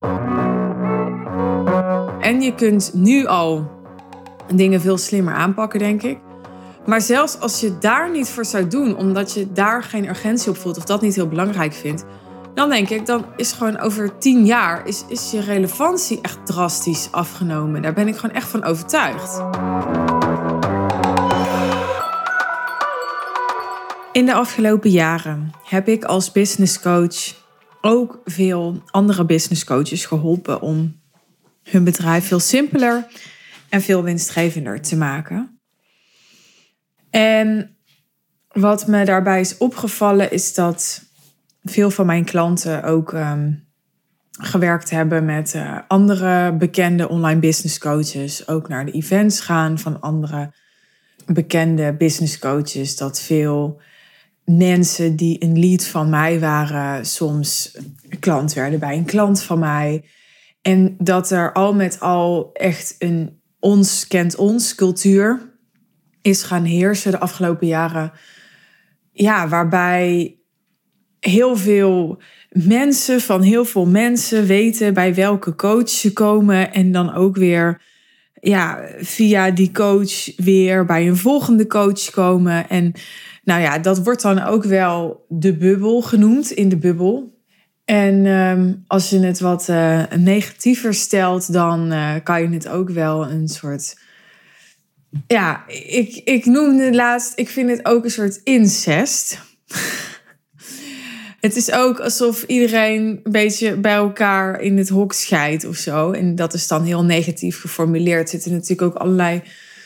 En je kunt nu al dingen veel slimmer aanpakken, denk ik. Maar zelfs als je daar niet voor zou doen, omdat je daar geen urgentie op voelt of dat niet heel belangrijk vindt, dan denk ik, dan is gewoon over 10 jaar is je relevantie echt drastisch afgenomen. Daar ben ik gewoon echt van overtuigd. In de afgelopen jaren heb ik als business coach ook veel andere business coaches geholpen om hun bedrijf veel simpeler en veel winstgevender te maken. En wat me daarbij is opgevallen is dat veel van mijn klanten ook gewerkt hebben met andere bekende online business coaches. Ook naar de events gaan van andere bekende business coaches. Dat veel mensen die een lead van mij waren soms klant werden bij een klant van mij. En dat er al met al echt een ons kent ons cultuur is gaan heersen de afgelopen jaren. Ja, waarbij heel veel mensen van heel veel mensen weten bij welke coach ze komen. En dan ook weer via die coach weer bij een volgende coach komen. En nou ja, dat wordt dan ook wel de bubbel genoemd, in de bubbel. En als je het wat negatiever stelt, dan kan je het ook wel een soort... Ja, ik noemde laatst, ik vind het ook een soort incest. Het is ook alsof iedereen een beetje bij elkaar in het hok scheidt of zo. En dat is dan heel negatief geformuleerd. Er zitten natuurlijk ook allerlei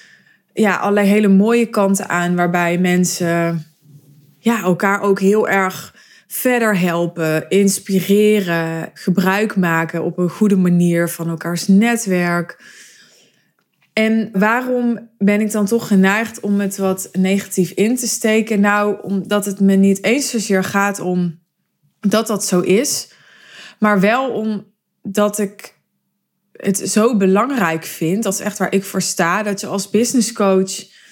hele mooie kanten aan, waarbij mensen elkaar ook heel erg verder helpen, inspireren, gebruik maken op een goede manier van elkaars netwerk. En waarom ben ik dan toch geneigd om het wat negatief in te steken? Nou, omdat het me niet eens zozeer gaat om dat dat zo is, maar wel omdat ik het zo belangrijk vind, dat is echt waar ik voor sta, dat je als business coach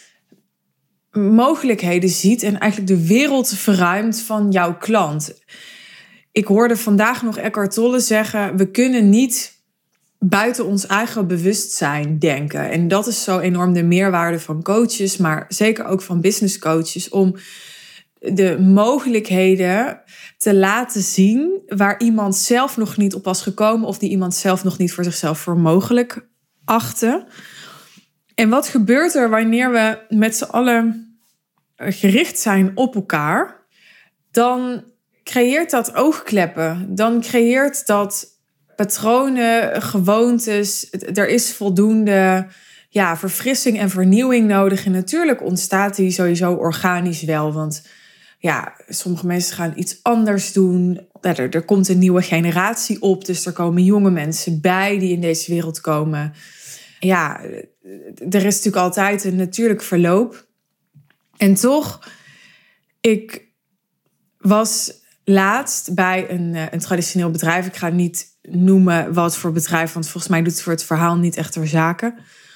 mogelijkheden ziet en eigenlijk de wereld verruimt van jouw klant. Ik hoorde vandaag nog Eckhart Tolle zeggen, we kunnen niet buiten ons eigen bewustzijn denken. En dat is zo enorm de meerwaarde van coaches, maar zeker ook van business coaches, om de mogelijkheden te laten zien waar iemand zelf nog niet op was gekomen of die iemand zelf nog niet voor zichzelf voor mogelijk achtte. En wat gebeurt er wanneer we met z'n allen gericht zijn op elkaar? Dan creëert dat oogkleppen. Dan creëert dat patronen, gewoontes. Er is voldoende verfrissing en vernieuwing nodig. En natuurlijk ontstaat die sowieso organisch wel. Want sommige mensen gaan iets anders doen. Er komt een nieuwe generatie op. Dus er komen jonge mensen bij die in deze wereld komen. Ja, er is natuurlijk altijd een natuurlijk verloop. En toch, ik was laatst bij een traditioneel bedrijf. Ik ga niet noemen wat voor bedrijf, want volgens mij doet het voor het verhaal niet echt ter zake.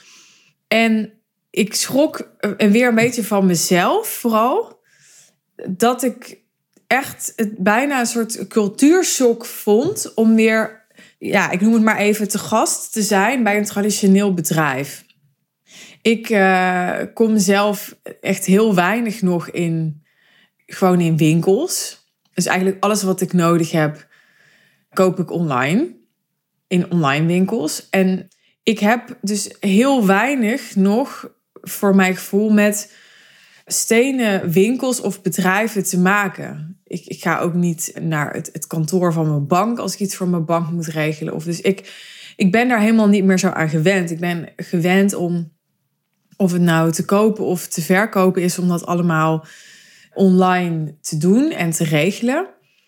En ik schrok weer een beetje van mezelf vooral, dat ik echt het bijna een soort cultuurshock vond om weer, ik noem het maar even, te gast te zijn bij een traditioneel bedrijf. Ik kom zelf echt heel weinig nog gewoon in winkels. Dus eigenlijk alles wat ik nodig heb, koop ik online. In online winkels. En ik heb dus heel weinig nog, voor mijn gevoel, met stenen winkels of bedrijven te maken. Ik ga ook niet naar het kantoor van mijn bank als ik iets voor mijn bank moet regelen. Dus ik ben daar helemaal niet meer zo aan gewend. Ik ben gewend om, of het nou te kopen of te verkopen is, om dat allemaal online te doen en te regelen.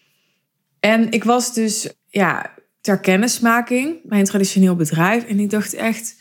En ik was dus ter kennismaking bij een traditioneel bedrijf. En ik dacht echt,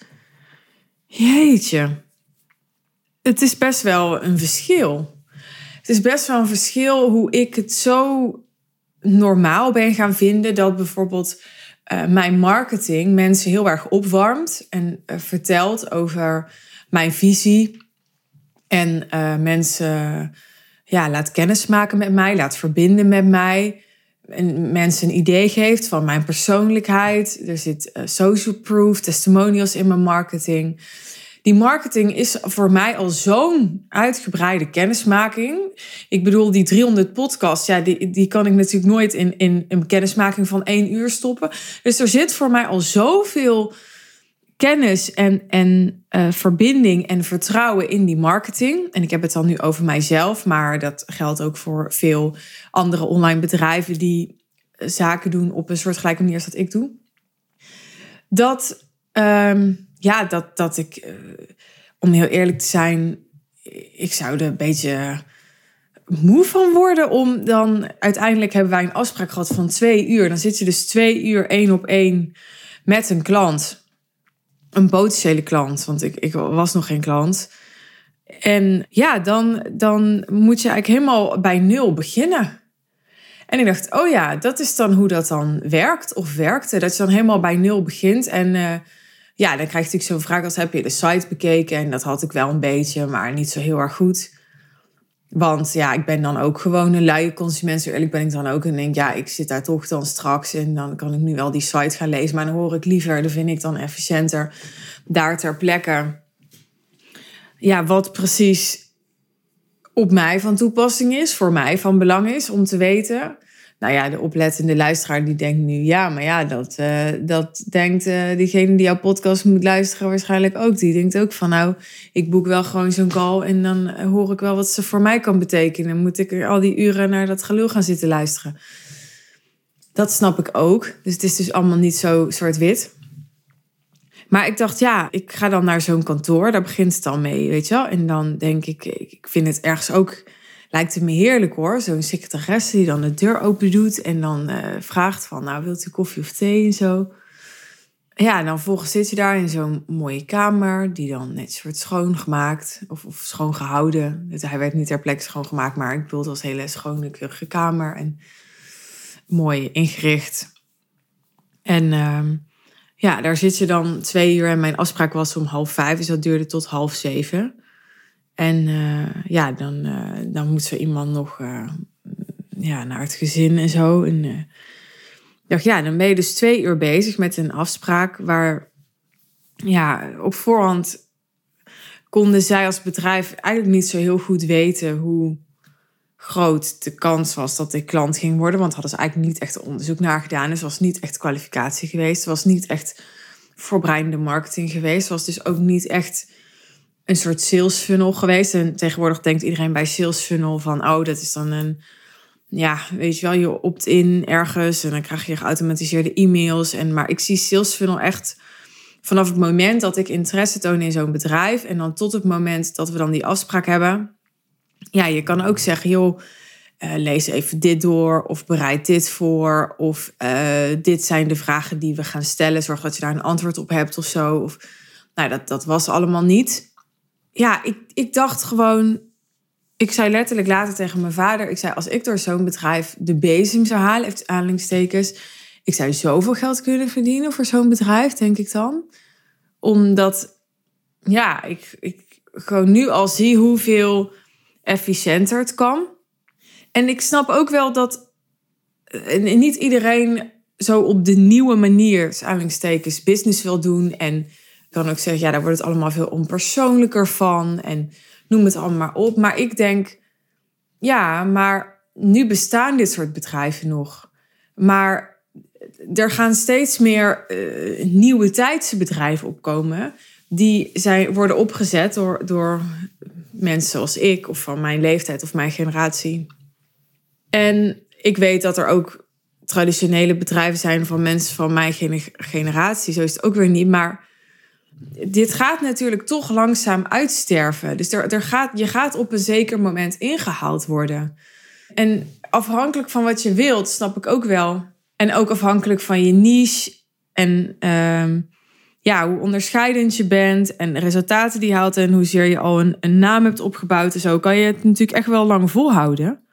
jeetje, het is best wel een verschil. Het is best wel een verschil hoe ik het zo normaal ben gaan vinden dat bijvoorbeeld mijn marketing mensen heel erg opwarmt en vertelt over mijn visie. En mensen laat kennismaken met mij, laat verbinden met mij. mensen een idee geeft van mijn persoonlijkheid. Er zit social proof, testimonials in mijn marketing. Die marketing is voor mij al zo'n uitgebreide kennismaking. Ik bedoel, die 300 podcasts, die kan ik natuurlijk nooit in een kennismaking van 1 uur stoppen. Dus er zit voor mij al zoveel kennis en verbinding en vertrouwen in die marketing. En ik heb het dan nu over mijzelf, maar dat geldt ook voor veel andere online bedrijven die zaken doen op een soortgelijke manier als dat ik doe. Dat ik, om heel eerlijk te zijn, ik zou er een beetje moe van worden om dan... Uiteindelijk hebben wij een afspraak gehad van 2 uur. Dan zit je dus 2 uur 1-op-1 met een klant. Een potentiële klant, want ik was nog geen klant. En ja, dan moet je eigenlijk helemaal bij 0 beginnen. En ik dacht, oh ja, dat is dan hoe dat dan werkt of werkte. Dat je dan helemaal bij 0 begint. En dan krijg je natuurlijk zo'n vraag als, heb je de site bekeken? En dat had ik wel een beetje, maar niet zo heel erg goed. Want ja, ik ben dan ook gewoon een luie consument. Zo eerlijk ben ik dan ook. En denk, ja, ik zit daar toch dan straks. En dan kan ik nu wel die site gaan lezen. Maar dan hoor ik liever, dat vind ik dan efficiënter, daar ter plekke. Ja, wat precies op mij van toepassing is. Voor mij van belang is om te weten. Nou ja, de oplettende luisteraar die denkt nu... Ja, maar ja, dat denkt diegene die jouw podcast moet luisteren waarschijnlijk ook. Die denkt ook van, nou, ik boek wel gewoon zo'n call... en dan hoor ik wel wat ze voor mij kan betekenen. Dan moet ik al die uren naar dat gelul gaan zitten luisteren. Dat snap ik ook. Dus het is dus allemaal niet zo zwart-wit. Maar ik dacht, ja, ik ga dan naar zo'n kantoor. Daar begint het al mee, weet je wel. En dan denk ik vind het ergens ook... Lijkt het me heerlijk hoor, zo'n secretaresse die dan de deur open doet en dan vraagt van, nou, wilt u koffie of thee en zo. Ja, en dan vervolgens zit je daar in zo'n mooie kamer die dan net wordt schoongemaakt of schoongehouden. Dus hij werd niet ter plekke schoongemaakt, maar ik bedoel, het was een hele schone, keurige kamer en mooi ingericht. En daar zit je dan 2 uur en mijn afspraak was om 4:30, dus dat duurde tot 6:30. En dan moet zo iemand nog naar het gezin en zo. En ik dacht, ja, dan ben je dus 2 uur bezig met een afspraak waar, ja, op voorhand konden zij als bedrijf eigenlijk niet zo heel goed weten hoe groot de kans was dat ik klant ging worden. Want hadden ze eigenlijk niet echt onderzoek naar gedaan. Dus het was niet echt kwalificatie geweest. Het was niet echt voorbereidende marketing geweest. Het was dus ook niet echt een soort sales funnel geweest. En tegenwoordig denkt iedereen bij sales funnel van, oh, dat is dan een, ja, weet je wel, je opt-in ergens en dan krijg je geautomatiseerde e-mails. Maar ik zie sales funnel echt vanaf het moment dat ik interesse toon in zo'n bedrijf en dan tot het moment dat we dan die afspraak hebben. Ja, je kan ook zeggen, joh, lees even dit door of bereid dit voor. Of dit zijn de vragen die we gaan stellen. Zorg dat je daar een antwoord op hebt of zo. Of, nou, dat was allemaal niet. Ja, ik dacht gewoon... Ik zei letterlijk later tegen mijn vader... Ik zei, als ik door zo'n bedrijf de bezem zou halen... even aanhalingstekens... Ik zou zoveel geld kunnen verdienen voor zo'n bedrijf, denk ik dan. Omdat, ja, ik gewoon nu al zie hoeveel efficiënter het kan. En ik snap ook wel dat niet iedereen zo op de nieuwe manier... aanhalingstekens business wil doen en... Ik kan ook zeggen, ja, daar wordt het allemaal veel onpersoonlijker van. En noem het allemaal maar op. Maar ik denk, ja, maar nu bestaan dit soort bedrijven nog. Maar er gaan steeds meer nieuwe tijdse bedrijven opkomen. Die worden opgezet door mensen zoals ik. Of van mijn leeftijd of mijn generatie. En ik weet dat er ook traditionele bedrijven zijn van mensen van mijn generatie. Zo is het ook weer niet, maar... Dit gaat natuurlijk toch langzaam uitsterven. Dus je gaat op een zeker moment ingehaald worden. En afhankelijk van wat je wilt, snap ik ook wel. En ook afhankelijk van je niche. En hoe onderscheidend je bent. En de resultaten die je haalt. En hoezeer je al een naam hebt opgebouwd. En zo kan je het natuurlijk echt wel lang volhouden.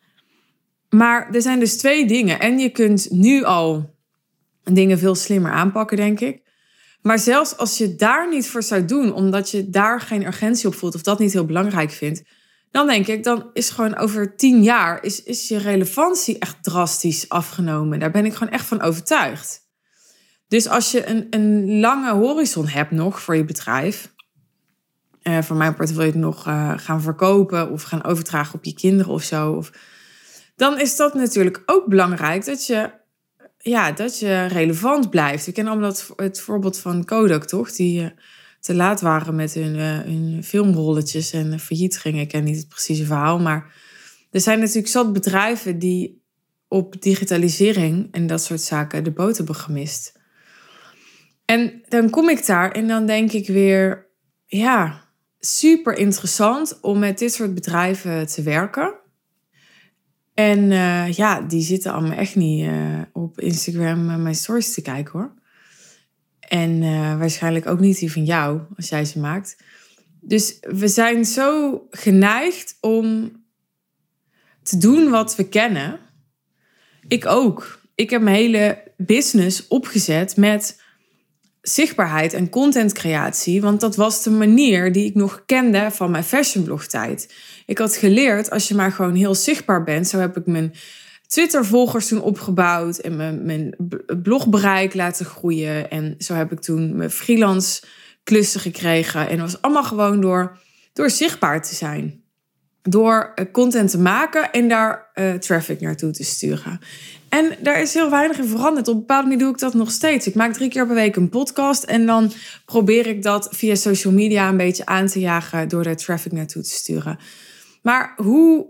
Maar er zijn dus 2 dingen. En je kunt nu al dingen veel slimmer aanpakken, denk ik. Maar zelfs als je daar niet voor zou doen, omdat je daar geen urgentie op voelt of dat niet heel belangrijk vindt, Dan denk ik, dan is gewoon over 10 jaar is je relevantie echt drastisch afgenomen. Daar ben ik gewoon echt van overtuigd. Dus als je een lange horizon hebt nog voor je bedrijf, voor mijn part wil je het nog gaan verkopen of gaan overdragen op je kinderen of zo, dan is dat natuurlijk ook belangrijk dat je relevant blijft. We kennen allemaal het voorbeeld van Kodak, toch? Die te laat waren met hun filmrolletjes en failliet gingen. Ik ken niet het precieze verhaal, maar er zijn natuurlijk zat bedrijven die op digitalisering en dat soort zaken de boot hebben gemist. En dan kom ik daar en dan denk ik weer, ja, super interessant om met dit soort bedrijven te werken. En die zitten allemaal echt niet op Instagram mijn stories te kijken, hoor. En waarschijnlijk ook niet die van jou, als jij ze maakt. Dus we zijn zo geneigd om te doen wat we kennen. Ik ook. Ik heb mijn hele business opgezet met zichtbaarheid en contentcreatie. Want dat was de manier die ik nog kende van mijn fashionblogtijd. Ik had geleerd, als je maar gewoon heel zichtbaar bent. Zo heb ik mijn Twitter-volgers toen opgebouwd en mijn blogbereik laten groeien. En zo heb ik toen mijn freelance klussen gekregen. En dat was allemaal gewoon door zichtbaar te zijn. Door content te maken en daar traffic naartoe te sturen. En daar is heel weinig in veranderd. Op een bepaalde manier doe ik dat nog steeds. Ik maak 3 keer per week een podcast. En dan probeer ik dat via social media een beetje aan te jagen door daar traffic naartoe te sturen. Maar hoe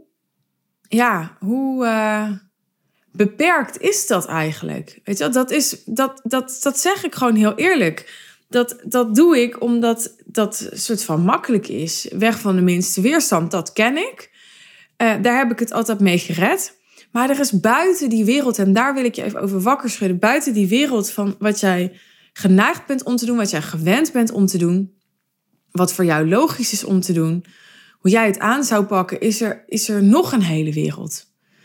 beperkt is dat eigenlijk? Weet je, dat zeg ik gewoon heel eerlijk. Dat doe ik omdat dat soort van makkelijk is. Weg van de minste weerstand, dat ken ik. Daar heb ik het altijd mee gered. Maar er is buiten die wereld, en daar wil ik je even over wakker schudden. Buiten die wereld van wat jij geneigd bent om te doen, wat jij gewend bent om te doen, wat voor jou logisch is om te doen, hoe jij het aan zou pakken, is er nog een hele wereld.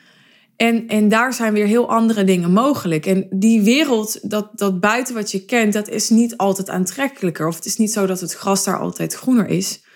En daar zijn weer heel andere dingen mogelijk. En die wereld, dat buiten wat je kent, dat is niet altijd aantrekkelijker. Of het is niet zo dat het gras daar altijd groener is.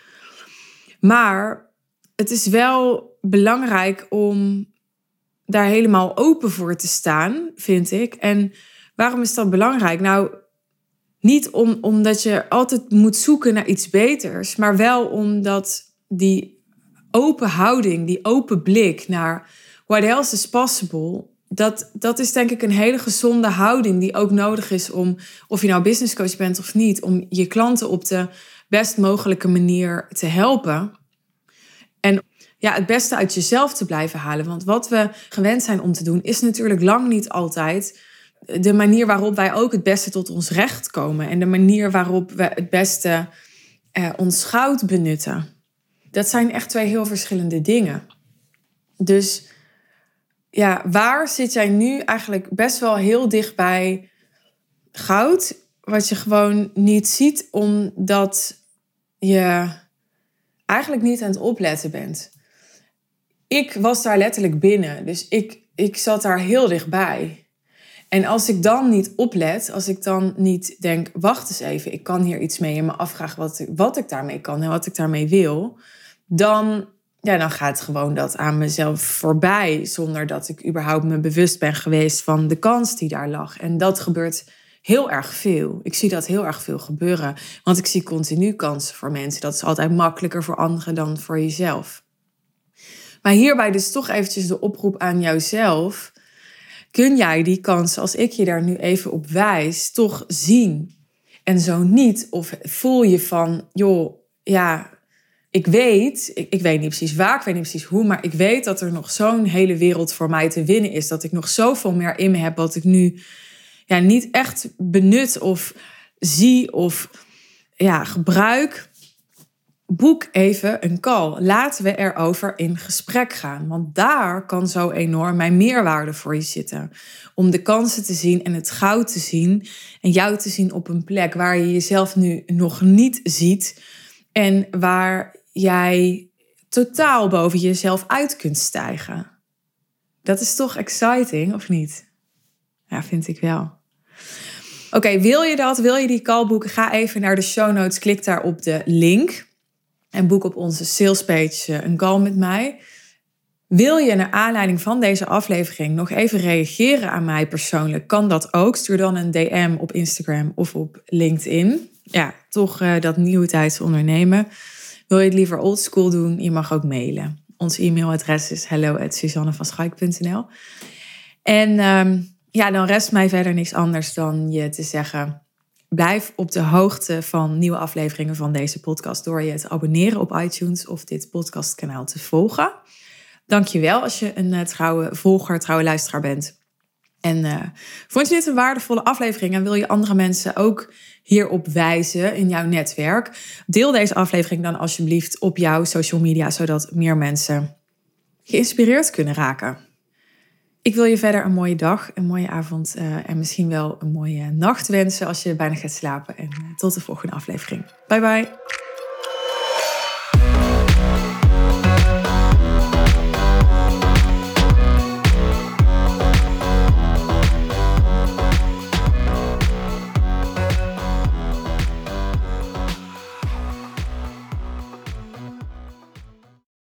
Maar het is wel belangrijk om daar helemaal open voor te staan, vind ik. En waarom is dat belangrijk? Nou, niet omdat je altijd moet zoeken naar iets beters, maar wel omdat die open houding, die open blik naar what else is possible, dat is denk ik een hele gezonde houding die ook nodig is om, of je nou businesscoach bent of niet, om je klanten op de best mogelijke manier te helpen. En het beste uit jezelf te blijven halen. Want wat we gewend zijn om te doen, is natuurlijk lang niet altijd de manier waarop wij ook het beste tot ons recht komen. En de manier waarop we het beste ons goud benutten. Dat zijn echt 2 heel verschillende dingen. Dus waar zit jij nu eigenlijk best wel heel dicht bij goud, wat je gewoon niet ziet, omdat je eigenlijk niet aan het opletten bent. Ik was daar letterlijk binnen, dus ik zat daar heel dichtbij. En als ik dan niet oplet, als ik dan niet denk, wacht eens even, ik kan hier iets mee en me afvraag wat ik daarmee kan en wat ik daarmee wil, dan gaat gewoon dat aan mezelf voorbij, zonder dat ik überhaupt me bewust ben geweest van de kans die daar lag. En dat gebeurt heel erg veel. Ik zie dat heel erg veel gebeuren, want ik zie continu kansen voor mensen. Dat is altijd makkelijker voor anderen dan voor jezelf. Maar hierbij dus toch eventjes de oproep aan jouzelf. Kun jij die kansen, als ik je daar nu even op wijs, toch zien? En zo niet, of voel je van, ik weet niet precies waar, ik weet niet precies hoe, maar ik weet dat er nog zo'n hele wereld voor mij te winnen is. Dat ik nog zoveel meer in me heb wat ik nu niet echt benut of zie of gebruik. Boek even een call. Laten we erover in gesprek gaan. Want daar kan zo enorm mijn meerwaarde voor je zitten. Om de kansen te zien en het goud te zien. En jou te zien op een plek waar je jezelf nu nog niet ziet. En waar jij totaal boven jezelf uit kunt stijgen. Dat is toch exciting, of niet? Ja, vind ik wel. Oké, wil je dat? Wil je die call boeken? Ga even naar de show notes. Klik daar op de link. En boek op onze salespage een call met mij. Wil je naar aanleiding van deze aflevering nog even reageren aan mij persoonlijk? Kan dat ook? Stuur dan een DM op Instagram of op LinkedIn. Ja, toch dat nieuwe tijds ondernemen. Wil je het liever oldschool doen? Je mag ook mailen. Ons e-mailadres is hello@suzannevanschaik.nl. En dan rest mij verder niks anders dan je te zeggen: blijf op de hoogte van nieuwe afleveringen van deze podcast door je te abonneren op iTunes of dit podcastkanaal te volgen. Dank je wel als je een trouwe volger, trouwe luisteraar bent. En vond je dit een waardevolle aflevering en wil je andere mensen ook hierop wijzen in jouw netwerk? Deel deze aflevering dan alsjeblieft op jouw social media, zodat meer mensen geïnspireerd kunnen raken. Ik wil je verder een mooie dag, een mooie avond en misschien wel een mooie nacht wensen als je bijna gaat slapen. En tot de volgende aflevering. Bye bye.